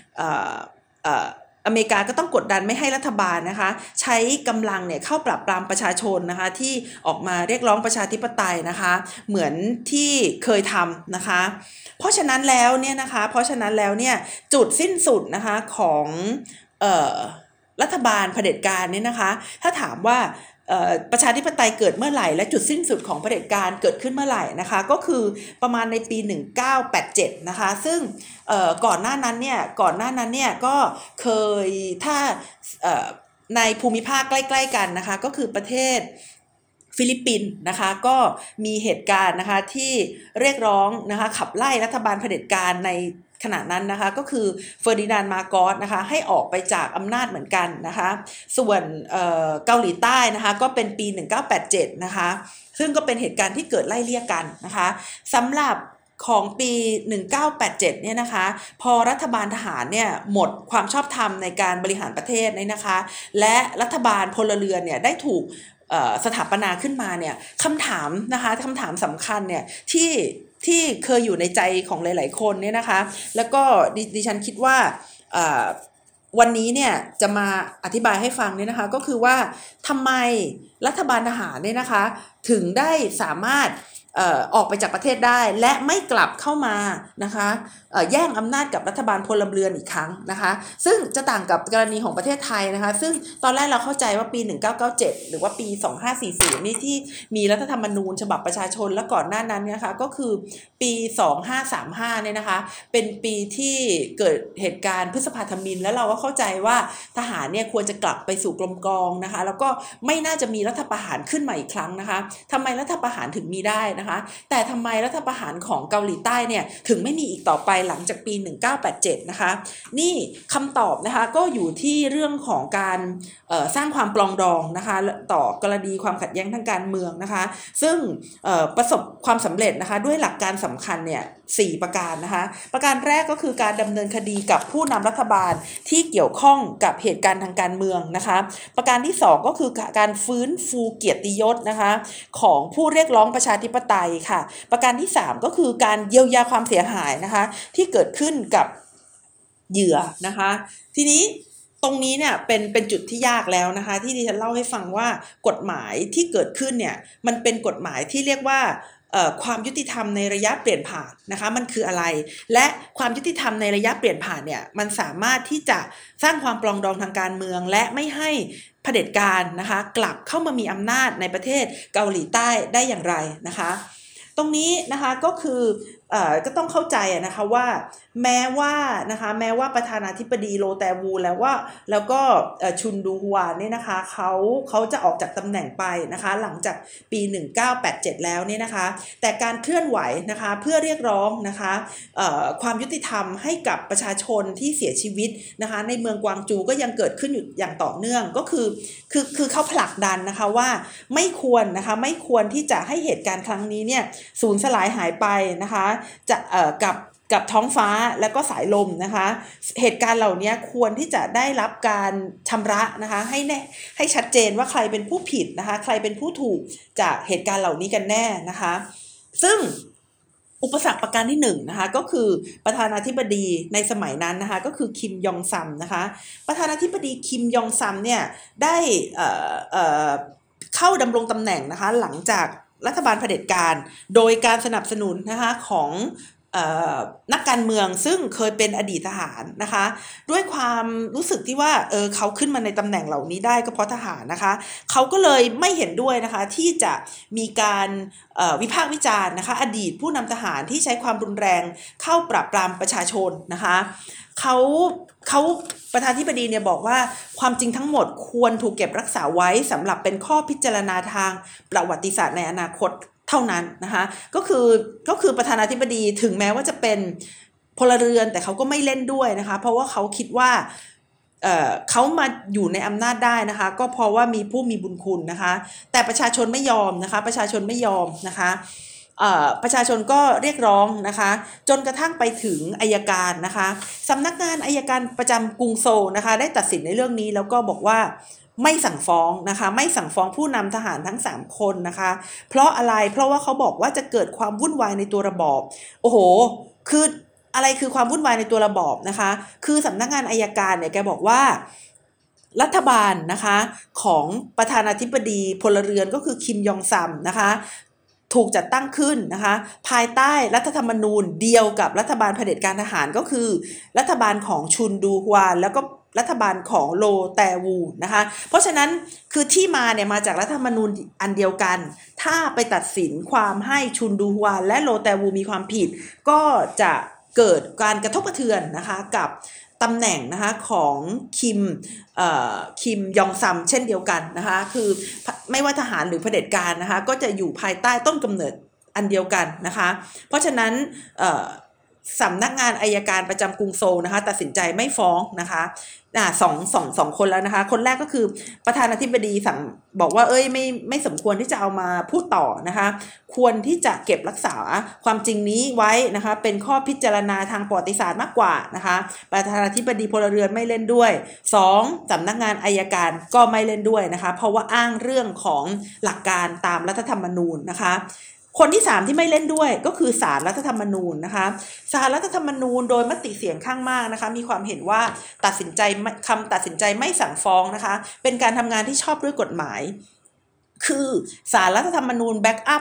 อเมริกาก็ต้องกดดันไม่ให้รัฐบาลนะคะใช้กำลังเนี่ยเข้าปราบปรามประชาชนนะคะที่ออกมาเรียกร้องประชาธิปไตยนะคะเหมือนที่เคยทำนะคะเพราะฉะนั้นแล้วเนี่ยจุดสิ้นสุดนะคะของรัฐบาลเผด็จการเนี่ยนะคะถ้าถามว่าประชาธิปไตยเกิดเมื่อไหร่และจุดสิ้นสุดของเผด็จการเกิดขึ้นเมื่อไหร่นะคะก็คือประมาณในปี1987นะคะซึ่งก่อนหน้านั้นเนี่ยก็เคยถ้าในภูมิภาคใกล้ๆกันนะคะก็คือประเทศฟิลิปปินส์นะคะก็มีเหตุการณ์นะคะที่เรียกร้องนะคะขับไล่รัฐบาลเผด็จการในขณะนั้นนะคะก็คือเฟอร์ดินานด์มาโกสนะคะให้ออกไปจากอำนาจเหมือนกันนะคะส่วนเกาหลีใต้นะคะก็เป็นปี1987นะคะซึ่งก็เป็นเหตุการณ์ที่เกิดไล่เลี่ยกันนะคะสำหรับของปี1987เนี่ยนะคะพอรัฐบาลทหารเนี่ยหมดความชอบธรรมในการบริหารประเทศเนี่ยนะคะและรัฐบาลพลเรือนเนี่ยได้ถูกสถาปนาขึ้นมาเนี่ยคำถามสำคัญเนี่ยที่เคยอยู่ในใจของหลายๆคนเนี่ยนะคะแล้วก็ดิฉันคิดว่าวันนี้เนี่ยจะมาอธิบายให้ฟังเนี่ยนะคะก็คือว่าทำไมรัฐบาลทหารเนี่ยนะคะถึงได้สามารถออกไปจากประเทศได้และไม่กลับเข้ามานะคะแย่งอำนาจกับรัฐบาลพลเรือนอีกครั้งนะคะซึ่งจะต่างกับกรณีของประเทศไทยนะคะซึ่งตอนแรกเราเข้าใจว่าปี1997หรือว่าปี2540นี่ที่มีรัฐธรรมนูญฉบับประชาชนและก่อนหน้านั้นเนี่ยนะคะก็คือปี2535เนี่ยนะคะเป็นปีที่เกิดเหตุการณ์พฤษภาธมิฬแล้วเราก็เข้าใจว่าทหารเนี่ยควรจะกลับไปสู่กรมกองนะคะแล้วก็ไม่น่าจะมีรัฐประหารขึ้นมาอีกครั้งนะคะทำไมรัฐประหารถึงมีได้นะคะแต่ทำไมรัฐประหารของเกาหลีใต้เนี่ยถึงไม่มีอีกต่อไปหลังจากปี1987นะคะนี่คำตอบนะคะก็อยู่ที่เรื่องของการสร้างความปลองดองนะคะต่อกรณีความขัดแย้งทางการเมืองนะคะซึ่งประสบความสำเร็จนะคะด้วยหลักการสำคัญเนี่ย4ประการนะคะประการแรกก็คือการดำเนินคดีกับผู้นำรัฐบาลที่เกี่ยวข้องกับเหตุการณ์ทางการเมืองนะคะประการที่2ก็คือการฟื้นฟูเกียรติยศนะคะของผู้เรียกร้องประชาธิปไตยค่ะประการที่3ก็คือการเยียวยาความเสียหายนะคะที่เกิดขึ้นกับเหยื่อนะคะทีนี้ตรงนี้เนี่ยเป็นจุดที่ยากแล้วนะคะที่ดิฉันเล่าให้ฟังว่ากฎหมายที่เกิดขึ้นเนี่ยมันเป็นกฎหมายที่เรียกว่าความยุติธรรมในระยะเปลี่ยนผ่านนะคะมันคืออะไรและความยุติธรรมในระยะเปลี่ยนผ่านเนี่ยมันสามารถที่จะสร้างความปรองดองทางการเมืองและไม่ให้เผด็จการนะคะกลับเข้ามามีอำนาจในประเทศเกาหลีใต้ได้อย่างไรนะคะตรงนี้นะคะก็คือก็ต้องเข้าใจนะคะว่าแม้ว่าประธานาธิบดีโรแตวูแล้วก็ชุนดูฮวานเนี่ยนะคะเขาจะออกจากตำแหน่งไปนะคะหลังจากปี1987แล้วเนี่ยนะคะแต่การเคลื่อนไหวนะคะเพื่อเรียกร้องนะคะความยุติธรรมให้กับประชาชนที่เสียชีวิตนะคะในเมืองกวางจูก็ยังเกิดขึ้นอยู่อย่างต่อเนื่องก็คือเขาผลักดันนะคะว่าไม่ควรที่จะให้เหตุการณ์ครั้งนี้เนี่ยสูญสลายหายไปนะคะจะกับท้องฟ้าและก็สายลมนะคะเหตุการณ์เหล่านี้ควรที่จะได้รับการชำระนะคะให้ชัดเจนว่าใครเป็นผู้ผิดนะคะใครเป็นผู้ถูกจากเหตุการณ์เหล่านี้กันแน่นะคะซึ่งอุปสรรคประการที่1นะคะก็คือประธานาธิบดีในสมัยนั้นนะคะก็คือคิมยองซัมนะคะประธานาธิบดีคิมยองซัมเนี่ยได้เข้าดำรงตำแหน่งนะคะหลังจากรัฐบาลเผด็จการโดยการสนับสนุนนะคะของนักการเมืองซึ่งเคยเป็นอดีตทหารนะคะด้วยความรู้สึกที่ว่าเขาขึ้นมาในตำแหน่งเหล่านี้ได้ก็เพราะทหารนะคะเขาก็เลยไม่เห็นด้วยนะคะที่จะมีการวิพากษ์วิจารณ์นะคะอดีตผู้นำทหารที่ใช้ความรุนแรงเข้าปราบปรามประชาชนนะคะเขาประธานาธิบดีเนี่ยบอกว่าความจริงทั้งหมดควรถูกเก็บรักษาไว้สำหรับเป็นข้อพิจารณาทางประวัติศาสตร์ในอนาคตเท่านั้นนะคะก็คือประธานาธิบดีถึงแม้ว่าจะเป็นพลเรือนแต่เขาก็ไม่เล่นด้วยนะคะเพราะว่าเขาคิดว่าเขามาอยู่ในอำนาจได้นะคะก็เพราะว่ามีผู้มีบุญคุณนะคะแต่ประชาชนไม่ยอมนะคะประชาชนไม่ยอมนะคะประชาชนก็เรียกร้องนะคะจนกระทั่งไปถึงอัยการนะคะสำนักงานอัยการประจำกรุงโซลนะคะได้ตัดสินในเรื่องนี้แล้วก็บอกว่าไม่สั่งฟ้องนะคะไม่สั่งฟ้องผู้นำทหารทั้ง3คนนะคะเพราะอะไรเพราะว่าเขาบอกว่าจะเกิดความวุ่นวายในตัวระบอบโอ้โหคืออะไรคือความวุ่นวายในตัวระบอบนะคะคือสำนักงานอัยการเนี่ยแกบอกว่ารัฐบาลนะคะของประธานาธิบดีพลเรือนก็คือคิมยองซัมนะคะถูกจัดตั้งขึ้นนะคะภายใต้รัฐธรรมนูญเดียวกับรัฐบาลเผด็จการทหารก็คือรัฐบาลของชุนดูฮวานแล้วก็รัฐบาลของโลแตวูนะคะเพราะฉะนั้นคือที่มาเนี่ยมาจากรัฐธรรมนูญอันเดียวกันถ้าไปตัดสินความให้ชุนดูฮวานและโลแตวูมีความผิดก็จะเกิดการกระทบกระเทือนนะคะกับตำแหน่งนะคะของคิมยองซัมเช่นเดียวกันนะคะคือไม่ว่าทหารหรือเผด็จการนะคะก็จะอยู่ภายใต้ต้นกำเนิดอันเดียวกันนะคะเพราะฉะนั้นสำนักงานอัยการประจำกรุงโซลนะคะตัดสินใจไม่ฟ้องนะคะสองคนแล้วนะคะคนแรกก็คือประธานาธิบดีสั่งบอกว่าไม่สมควรที่จะเอามาพูดต่อนะคะควรที่จะเก็บรักษาความจริงนี้ไว้นะคะเป็นข้อพิจารณาทางประวัติศาสตร์มากกว่านะคะประธานาธิบดีพลเรือนไม่เล่นด้วย2สำนักงานอัยการก็ไม่เล่นด้วยนะคะเพราะว่าอ้างเรื่องของหลักการตามรัฐธรรมนูญนะคะคนที่3ที่ไม่เล่นด้วยก็คือศาลรัฐธรรมนูญนะคะศาลรัฐธรรมนูญโดยมติเสียงข้างมากนะคะมีความเห็นว่าคำตัดสินใจไม่สั่งฟ้องนะคะเป็นการทำงานที่ชอบด้วยกฎหมายคือศาลรัฐธรรมนูญแบ็กอัพ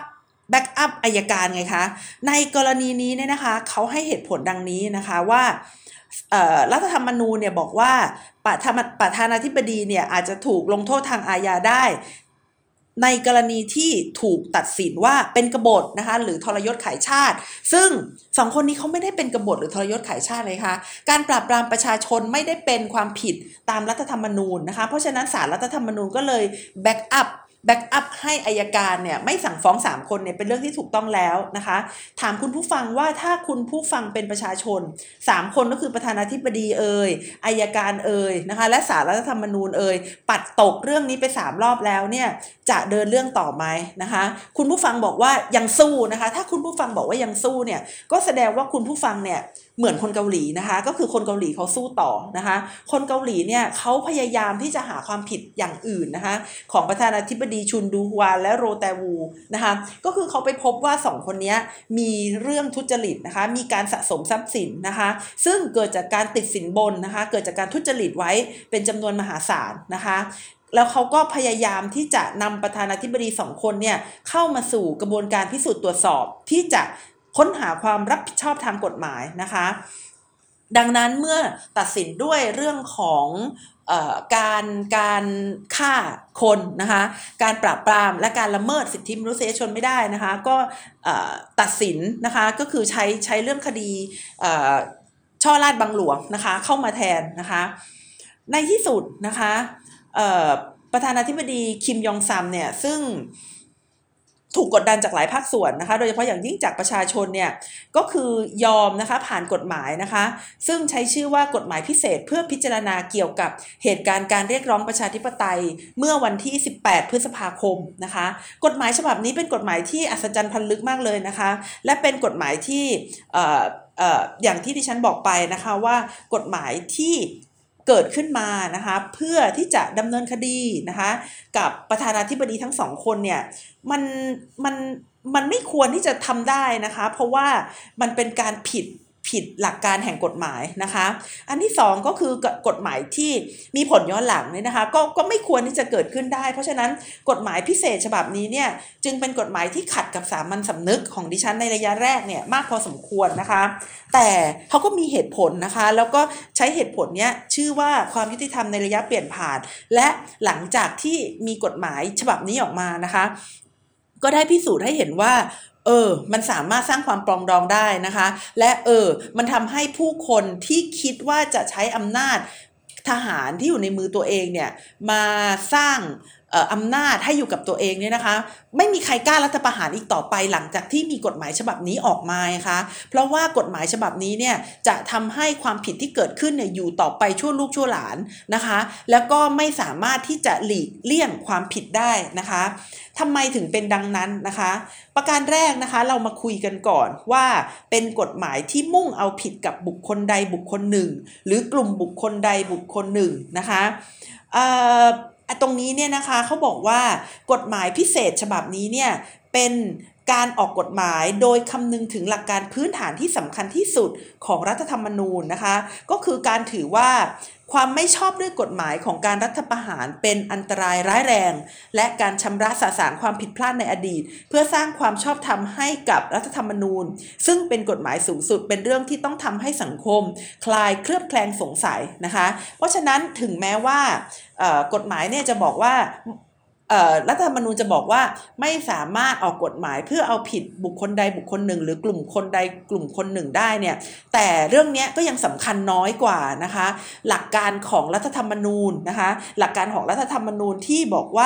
แบ็กอัพอัยการไงคะในกรณีนี้เนี่ยนะคะเขาให้เหตุผลดังนี้นะคะว่ารัฐธรรมนูญเนี่ยบอกว่าประธานาธิบดีเนี่ยอาจจะถูกลงโทษทางอาญาได้ในกรณีที่ถูกตัดสินว่าเป็นกบฏนะคะหรือทรยศขายชาติซึ่งสองคนนี้เขาไม่ได้เป็นกบฏหรือทรยศขายชาติเลยค่ะการปราบปรามประชาชนไม่ได้เป็นความผิดตามรัฐธรรมนูญนะคะเพราะฉะนั้นศาลรัฐธรรมนูญก็เลยแบ็กอัพให้อัยการเนี่ยไม่สั่งฟ้อง3คนเนี่ยเป็นเรื่องที่ถูกต้องแล้วนะคะถามคุณผู้ฟังว่าถ้าคุณผู้ฟังเป็นประชาชน3คนก็คือประธานาธิบดีอัยการนะคะและศาลรัฐธรรมนูญปัดตกเรื่องนี้ไป3รอบแล้วเนี่ยจะเดินเรื่องต่อไหมนะคะคุณผู้ฟังบอกว่ายังสู้นะคะถ้าคุณผู้ฟังบอกว่ายังสู้เนี่ยก็แสดงว่าคุณผู้ฟังเนี่ยเหมือนคนเกาหลีนะคะก็คือคนเกาหลีเขาสู้ต่อนะคะคนเกาหลีเนี่ยเขาพยายามที่จะหาความผิดอย่างอื่นนะคะของประธานาธิบดีชุนดูฮวานและโรแตวูนะคะก็คือเขาไปพบว่า2คนนี้มีเรื่องทุจริตนะคะมีการสะสมทรัพย์สินนะคะซึ่งเกิดจากการติดสินบนนะคะเกิดจากการทุจริตไว้เป็นจำนวนมหาศาลนะคะแล้วเขาก็พยายามที่จะนำประธานาธิบดี2คนเนี่ยเข้ามาสู่กระบวนการพิสูจน์ตรวจสอบที่จะค้นหาความรับผิดชอบทางกฎหมายนะคะดังนั้นเมื่อตัดสินด้วยเรื่องของการฆ่าคนนะคะการปราบปรามและการละเมิดสิทธิมนุษยชนไม่ได้นะคะก็ตัดสินนะคะก็คือใช้เรื่องคดีช่อราชบังหลวงนะคะเข้ามาแทนนะคะในที่สุดนะคะประธานาธิบดีคิมยองซัมเนี่ยซึ่งถูกกดดันจากหลายภาคส่วนนะคะโดยเฉพาะอย่างยิ่งจากประชาชนเนี่ยก็คือยอมนะคะผ่านกฎหมายนะคะซึ่งใช้ชื่อว่ากฎหมายพิเศษเพื่อพิจารณาเกี่ยวกับเหตุการณ์การเรียกร้องประชาธิปไตยเมื่อวันที่18พฤษภาคมนะคะกฎหมายฉบับนี้เป็นกฎหมายที่อัศจรรย์พันลึกมากเลยนะคะและเป็นกฎหมายที่อย่างที่ดิฉันบอกไปนะคะว่ากฎหมายที่เกิดขึ้นมานะคะเพื่อที่จะดำเนินคดีนะคะกับประธานาธิบดีทั้ง2คนเนี่ยมันไม่ควรที่จะทำได้นะคะเพราะว่ามันเป็นการผิดหลักการแห่งกฎหมายนะคะอันที่2ก็คือกฎหมายที่มีผลย้อนหลังเนี่ยนะคะก็ไม่ควรที่จะเกิดขึ้นได้เพราะฉะนั้นกฎหมายพิเศษฉบับนี้เนี่ยจึงเป็นกฎหมายที่ขัดกับสามัญสำนึกของดิฉันในระยะแรกเนี่ยมากพอสมควรนะคะแต่เขาก็มีเหตุผลนะคะแล้วก็ใช้เหตุผลเนี้ยชื่อว่าความยุติธรรมในระยะเปลี่ยนผ่านและหลังจากที่มีกฎหมายฉบับนี้ออกมานะคะก็ได้พิสูจน์ให้เห็นว่ามันสามารถสร้างความปรองดองได้นะคะและมันทำให้ผู้คนที่คิดว่าจะใช้อำนาจทหารที่อยู่ในมือตัวเองเนี่ยมาสร้างอำนาจให้อยู่กับตัวเองเนี่ยนะคะไม่มีใครกล้ารัฐประหารอีกต่อไปหลังจากที่มีกฎหมายฉบับนี้ออกมาค่ะเพราะว่ากฎหมายฉบับนี้เนี่ยจะทำให้ความผิดที่เกิดขึ้นเนี่ยอยู่ต่อไปชั่วลูกชั่วหลานนะคะแล้วก็ไม่สามารถที่จะหลีกเลี่ยงความผิดได้นะคะทำไมถึงเป็นดังนั้นนะคะประการแรกนะคะเรามาคุยกันก่อนว่าเป็นกฎหมายที่มุ่งเอาผิดกับบุคคลใดบุคคลหนึ่งหรือกลุ่มบุคคลใดบุคคลหนึ่งนะคะตรงนี้เนี่ยนะคะเขาบอกว่ากฎหมายพิเศษฉบับนี้เนี่ยเป็นการออกกฎหมายโดยคำนึงถึงหลักการพื้นฐานที่สำคัญที่สุดของรัฐธรรมนูญนะคะก็คือการถือว่าความไม่ชอบด้วยกฎหมายของการรัฐประหารเป็นอันตรายร้ายแรงและการชำระสาสางความผิดพลาดในอดีตเพื่อสร้างความชอบธรรมให้กับรัฐธรรมนูญซึ่งเป็นกฎหมายสูงสุดเป็นเรื่องที่ต้องทำให้สังคมคลายเคลือบแคลงสงสัยนะคะเพราะฉะนั้นถึงแม้ว่ากฎหมายเนี่ยจะบอกว่ารัฐธรรมนูญจะบอกว่าไม่สามารถออกกฎหมายเพื่อเอาผิดบุคคลใดบุคคลหนึ่งหรือกลุ่มคนใดกลุ่มคนหนึ่งได้เนี่ยแต่เรื่องนี้ก็ยังสำคัญน้อยกว่านะคะหลักการของรัฐธรรมนูญนะคะหลักการของรัฐธรรมนูญที่บอกว่า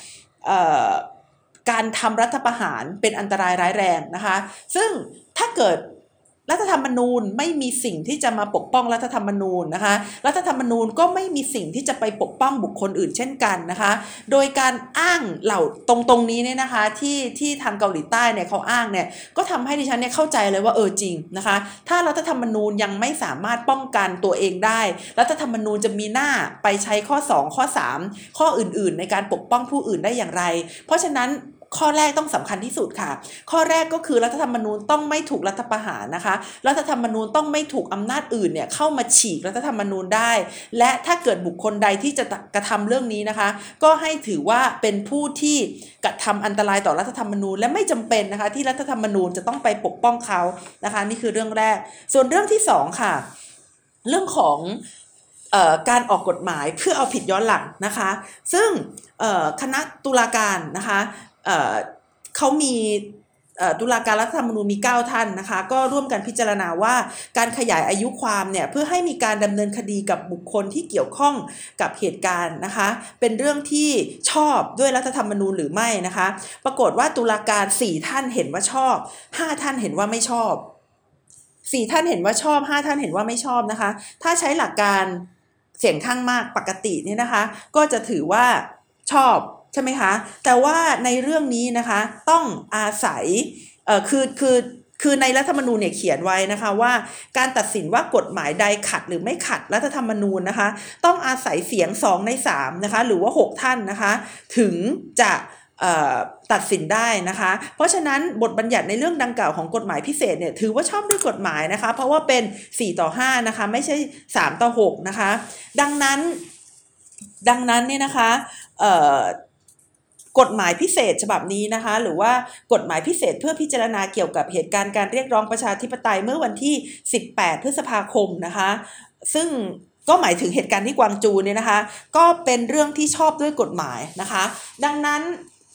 การทำรัฐประหารเป็นอันตรายร้ายแรงนะคะซึ่งถ้าเกิดรัฐธรรมนูญไม่มีสิ่งที่จะมาปกป้องรัฐธรรมนูญนะคะรัฐธรรมนูญก็ไม่มีสิ่งที่จะไปปกป้องบุคคลอื่นเช่นกันนะคะโดยการอ้างเหล่าตรงนี้เนี่ยนะคะที่ทางเกาหลีใต้เนี่ยเขาอ้างเนี่ยก็ทำให้ดิฉันเนี่ยเข้าใจเลยว่าจริงนะคะถ้ารัฐธรรมนูญยังไม่สามารถป้องกันตัวเองได้รัฐธรรมนูญจะมีหน้าไปใช้ข้อ2ข้อ3ข้ออื่นๆในการปกป้องผู้อื่นได้อย่างไรเพราะฉะนั้นข้อแรกต้องสำคัญที่สุดค่ะข้อแรกก็คือรัฐธรรมนูญต้องไม่ถูกรัฐประหารนะคะรัฐธรรมนูญต้องไม่ถูกอำนาจอื่นเนี่ยเข้ามาฉีกรัฐธรรมนูญได้และถ้าเกิดบุคคลใดที่จะกระทำเรื่องนี้นะคะก็ให้ถือว่าเป็นผู้ที่กระทำอันตรายต่อรัฐธรรมนูญและไม่จำเป็นนะคะที่รัฐธรรมนูญจะต้องไปปกป้องเขานะคะนี่คือเรื่องแรกส่วนเรื่องที่สองค่ะเรื่องของการออกกฎหมายเพื่อเอาผิดย้อนหลังนะคะซึ่งคณะตุลาการนะคะเขามีตุลาการรัฐธรรมนูญมี9ท่านนะคะก็ร่วมกันพิจารณาว่าการขยายอายุความเนี่ยเพื่อให้มีการดำเนินคดีกับบุคคลที่เกี่ยวข้องกับเหตุการณ์นะคะเป็นเรื่องที่ชอบด้วยรัฐธรรมนูญหรือไม่นะคะปรากฏว่าตุลาการ4ท่านเห็นว่าชอบ5ท่านเห็นว่าไม่ชอบ4ท่านเห็นว่าชอบ5ท่านเห็นว่าไม่ชอบนะคะถ้าใช้หลักการเสียงข้างมากปกติเนี่ยนะคะก็จะถือว่าชอบใช่ไหมคะแต่ว่าในเรื่องนี้นะคะต้องอาศัยคือในรัฐธรรมนูญเนี่ยเขียนไว้นะคะว่าการตัดสินว่ากฎหมายใดขัดหรือไม่ขัดรัฐธรรมนูญนะคะต้องอาศัยเสียง2ใน3นะคะหรือว่า6ท่านนะคะถึงจะตัดสินได้นะคะเพราะฉะนั้นบทบัญญัติในเรื่องดังกล่าวของกฎหมายพิเศษเนี่ยถือว่าชอบด้วยกฎหมายนะคะเพราะว่าเป็น4-5นะคะไม่ใช่3-6นะคะดังนั้นเนี่ยนะคะกฎหมายพิเศษฉบับนี้นะคะหรือว่ากฎหมายพิเศษเพื่อพิจารณาเกี่ยวกับเหตุการณ์การเรียกร้องประชาธิปไตยเมื่อวันที่18พฤษภาคมนะคะซึ่งก็หมายถึงเหตุการณ์ที่กวางจูเนี่ยนะคะก็เป็นเรื่องที่ชอบด้วยกฎหมายนะคะดังนั้น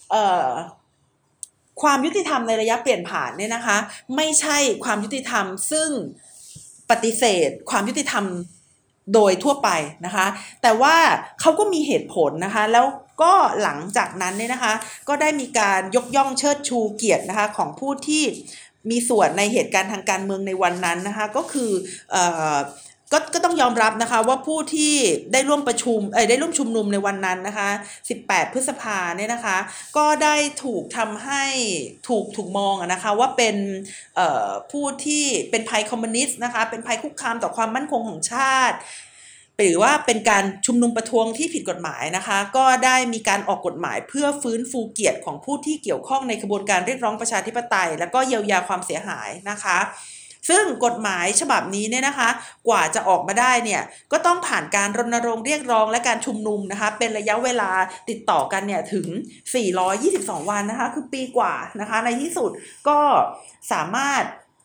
ความยุติธรรมในระยะเปลี่ยนผ่านเนี่ยนะคะไม่ใช่ความยุติธรรมซึ่งปฏิเสธความยุติธรรมโดยทั่วไปนะคะแต่ว่าเขาก็มีเหตุผลนะคะแล้วก็หลังจากนั้นเนี่ยนะคะก็ได้มีการยกย่องเชิดชูเกียรตินะคะของผู้ที่มีส่วนในเหตุการณ์ทางการเมืองในวันนั้นนะคะก็คือก็ต้องยอมรับนะคะว่าผู้ที่ได้ร่วมได้ร่วมชุมนุมในวันนั้นนะคะ18พฤษภาเนี่ยนะคะก็ได้ถูกทำให้ถูกมองนะคะว่าเป็นผู้ที่เป็นภัยคอมมิวนิสต์นะคะเป็นภัยคุกคามต่อความมั่นคงของชาติหรือว่าเป็นการชุมนุมประท้วงที่ผิดกฎหมายนะคะก็ได้มีการออกกฎหมายเพื่อฟื้นฟูเกียรติของผู้ที่เกี่ยวข้องในกระบวนการเรียกร้องประชาธิปไตยและก็เยียวยาความเสียหายนะคะซึ่งกฎหมายฉบับนี้เนี่ยนะคะกว่าจะออกมาได้เนี่ยก็ต้องผ่านการรณรงค์เรียกร้องและการชุมนุมนะคะเป็นระยะเวลาติดต่อกันเนี่ยถึง422วันนะคะคือปีกว่านะคะในที่สุดก็สามารถ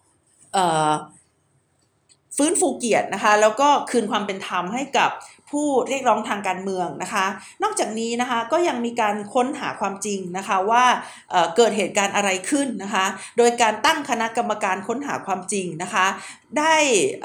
ฟื้นฟูเกียรตินะคะแล้วก็คืนความเป็นธรรมให้กับผู้เรียกร้องทางการเมืองนะคะนอกจากนี้นะคะก็ยังมีการค้นหาความจริงนะคะว่าเกิดเหตุการณ์อะไรขึ้นนะคะโดยการตั้งคณะกรรมการค้นหาความจริงนะคะได้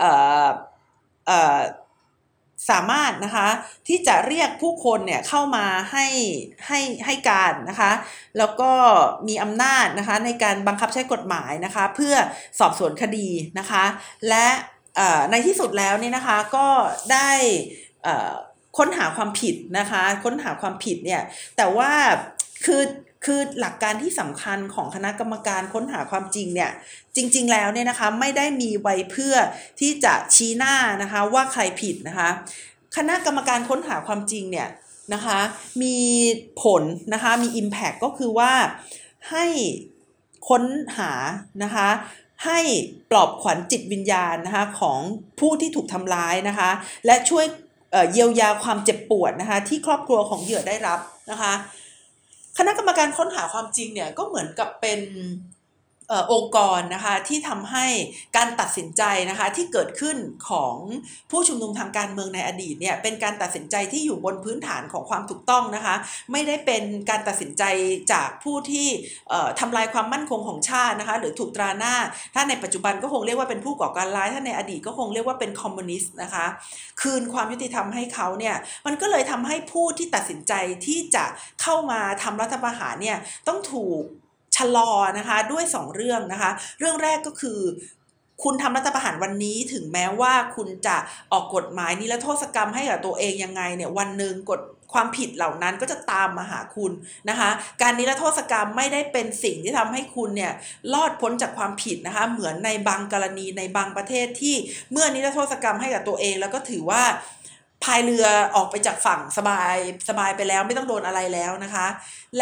สามารถนะคะที่จะเรียกผู้คนเนี่ยเข้ามาให้การนะคะแล้วก็มีอำนาจนะคะในการบังคับใช้กฎหมายนะคะเพื่อสอบสวนคดีนะคะและในที่สุดแล้วเนี่ยนะคะก็ได้ค้นหาความผิดนะคะค้นหาความผิดเนี่ยแต่ว่าคือหลักการที่สำคัญของคณะกรรมการค้นหาความจริงเนี่ยจริงๆแล้วเนี่ยนะคะไม่ได้มีไว้เพื่อที่จะชี้หน้านะคะว่าใครผิดนะคะคณะกรรมการค้นหาความจริงเนี่ยนะคะมีผลนะคะมี impact ก็คือว่าให้ค้นหานะคะให้ปลอบขวัญจิตวิญญาณนะคะของผู้ที่ถูกทำร้ายนะคะและช่วยเยียวยาความเจ็บปวดนะคะที่ครอบครัวของเหยื่อได้รับนะคะคณะกรรมการค้นหาความจริงเนี่ยก็เหมือนกับเป็นองค์กรนะคะที่ทำให้การตัดสินใจนะคะที่เกิดขึ้นของผู้ชุมนุมทางการเมืองในอดีตเนี่ยเป็นการตัดสินใจที่อยู่บนพื้นฐานของความถูกต้องนะคะไม่ได้เป็นการตัดสินใจจากผู้ที่ทำลายความมั่นคงของชาตินะคะหรือถูกตราหน้าถ้าในปัจจุบันก็คงเรียกว่าเป็นผู้ก่อการร้ายถ้าในอดีตก็คงเรียกว่าเป็นคอมมิวนิสต์นะคะคืนความยุติธรรมให้เขาเนี่ยมันก็เลยทำให้ผู้ที่ตัดสินใจที่จะเข้ามาทำรัฐประหารเนี่ยต้องถูกชะลอนะคะด้วย2เรื่องนะคะเรื่องแรกก็คือคุณทำรัฐประหารวันนี้ถึงแม้ว่าคุณจะออกกฎหมายนิรโทษกรรมให้กับตัวเองยังไงเนี่ยวันหนึ่งกฎความผิดเหล่านั้นก็จะตามมาหาคุณนะคะการนิรโทษกรรมไม่ได้เป็นสิ่งที่ทำให้คุณเนี่ยรอดพ้นจากความผิดนะคะเหมือนในบางกรณีในบางประเทศที่เมื่อนิรโทษกรรมให้กับตัวเองแล้วก็ถือว่าพายเรือออกไปจากฝั่งสบายไปแล้วไม่ต้องโดนอะไรแล้วนะคะและ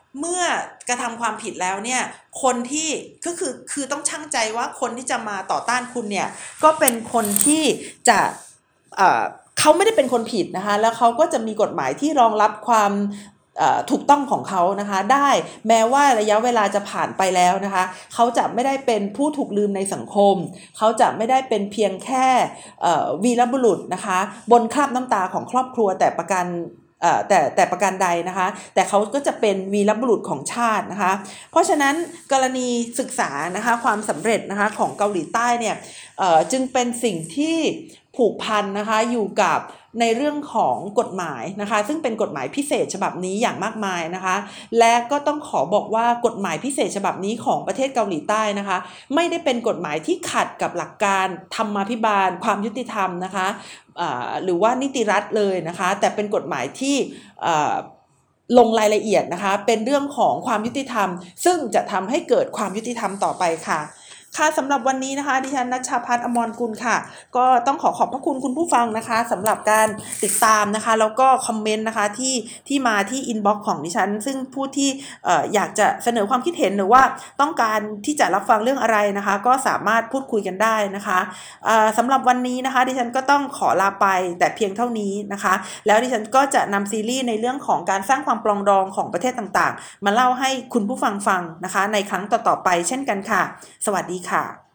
เมื่อกระทำความผิดแล้วเนี่ยคนที่ก็คือต้องชั่งใจว่าคนที่จะมาต่อต้านคุณเนี่ยก็เป็นคนที่จะเขาไม่ได้เป็นคนผิดนะคะแล้วเขาก็จะมีกฎหมายที่รองรับความถูกต้องของเขานะคะได้แม้ว่าระยะเวลาจะผ่านไปแล้วนะคะเขาจะไม่ได้เป็นผู้ถูกลืมในสังคมเขาจะไม่ได้เป็นเพียงแค่วีรบุรุษนะคะบนคราบน้ำตาของครอบครัวแต่ประการใดนะคะแต่เขาก็จะเป็นวีรบุรุษของชาตินะคะเพราะฉะนั้นกรณีศึกษานะคะความสำเร็จนะคะของเกาหลีใต้เนี่ยจึงเป็นสิ่งที่ผูกพันนะคะอยู่กับในเรื่องของกฎหมายนะคะซึ่งเป็นกฎหมายพิเศษฉบับนี้อย่างมากมายนะคะและก็ต้องขอบอกว่ากฎหมายพิเศษฉบับนี้ของประเทศเกาหลีใต้นะคะไม่ได้เป็นกฎหมายที่ขัดกับหลักการธรรมาภิบาลความยุติธรรมนะคะหรือว่านิติรัฐเลยนะคะแต่เป็นกฎหมายที่ลงรายละเอียดนะคะเป็นเรื่องของความยุติธรรมซึ่งจะทำให้เกิดความยุติธรรมต่อไปค่ะสำหรับวันนี้นะคะดิฉันณัชชาภัทร อมรกุลค่ะก็ต้องขอบพระคุณคุณผู้ฟังนะคะสำหรับการติดตามนะคะแล้วก็คอมเมนต์นะคะที่มาที่อินบ็อกซ์ของดิฉันซึ่งผู้ที่อยากจะเสนอความคิดเห็นหรือว่าต้องการที่จะรับฟังเรื่องอะไรนะคะก็สามารถพูดคุยกันได้นะคะสำหรับวันนี้นะคะดิฉันก็ต้องขอลาไปแต่เพียงเท่านี้นะคะแล้วดิฉันก็จะนำซีรีส์ในเรื่องของการสร้างความปรองดองของประเทศต่างๆมาเล่าให้คุณผู้ฟังฟังนะคะในครั้งต่อๆไปเช่นกันค่ะสวัสดีค่ะ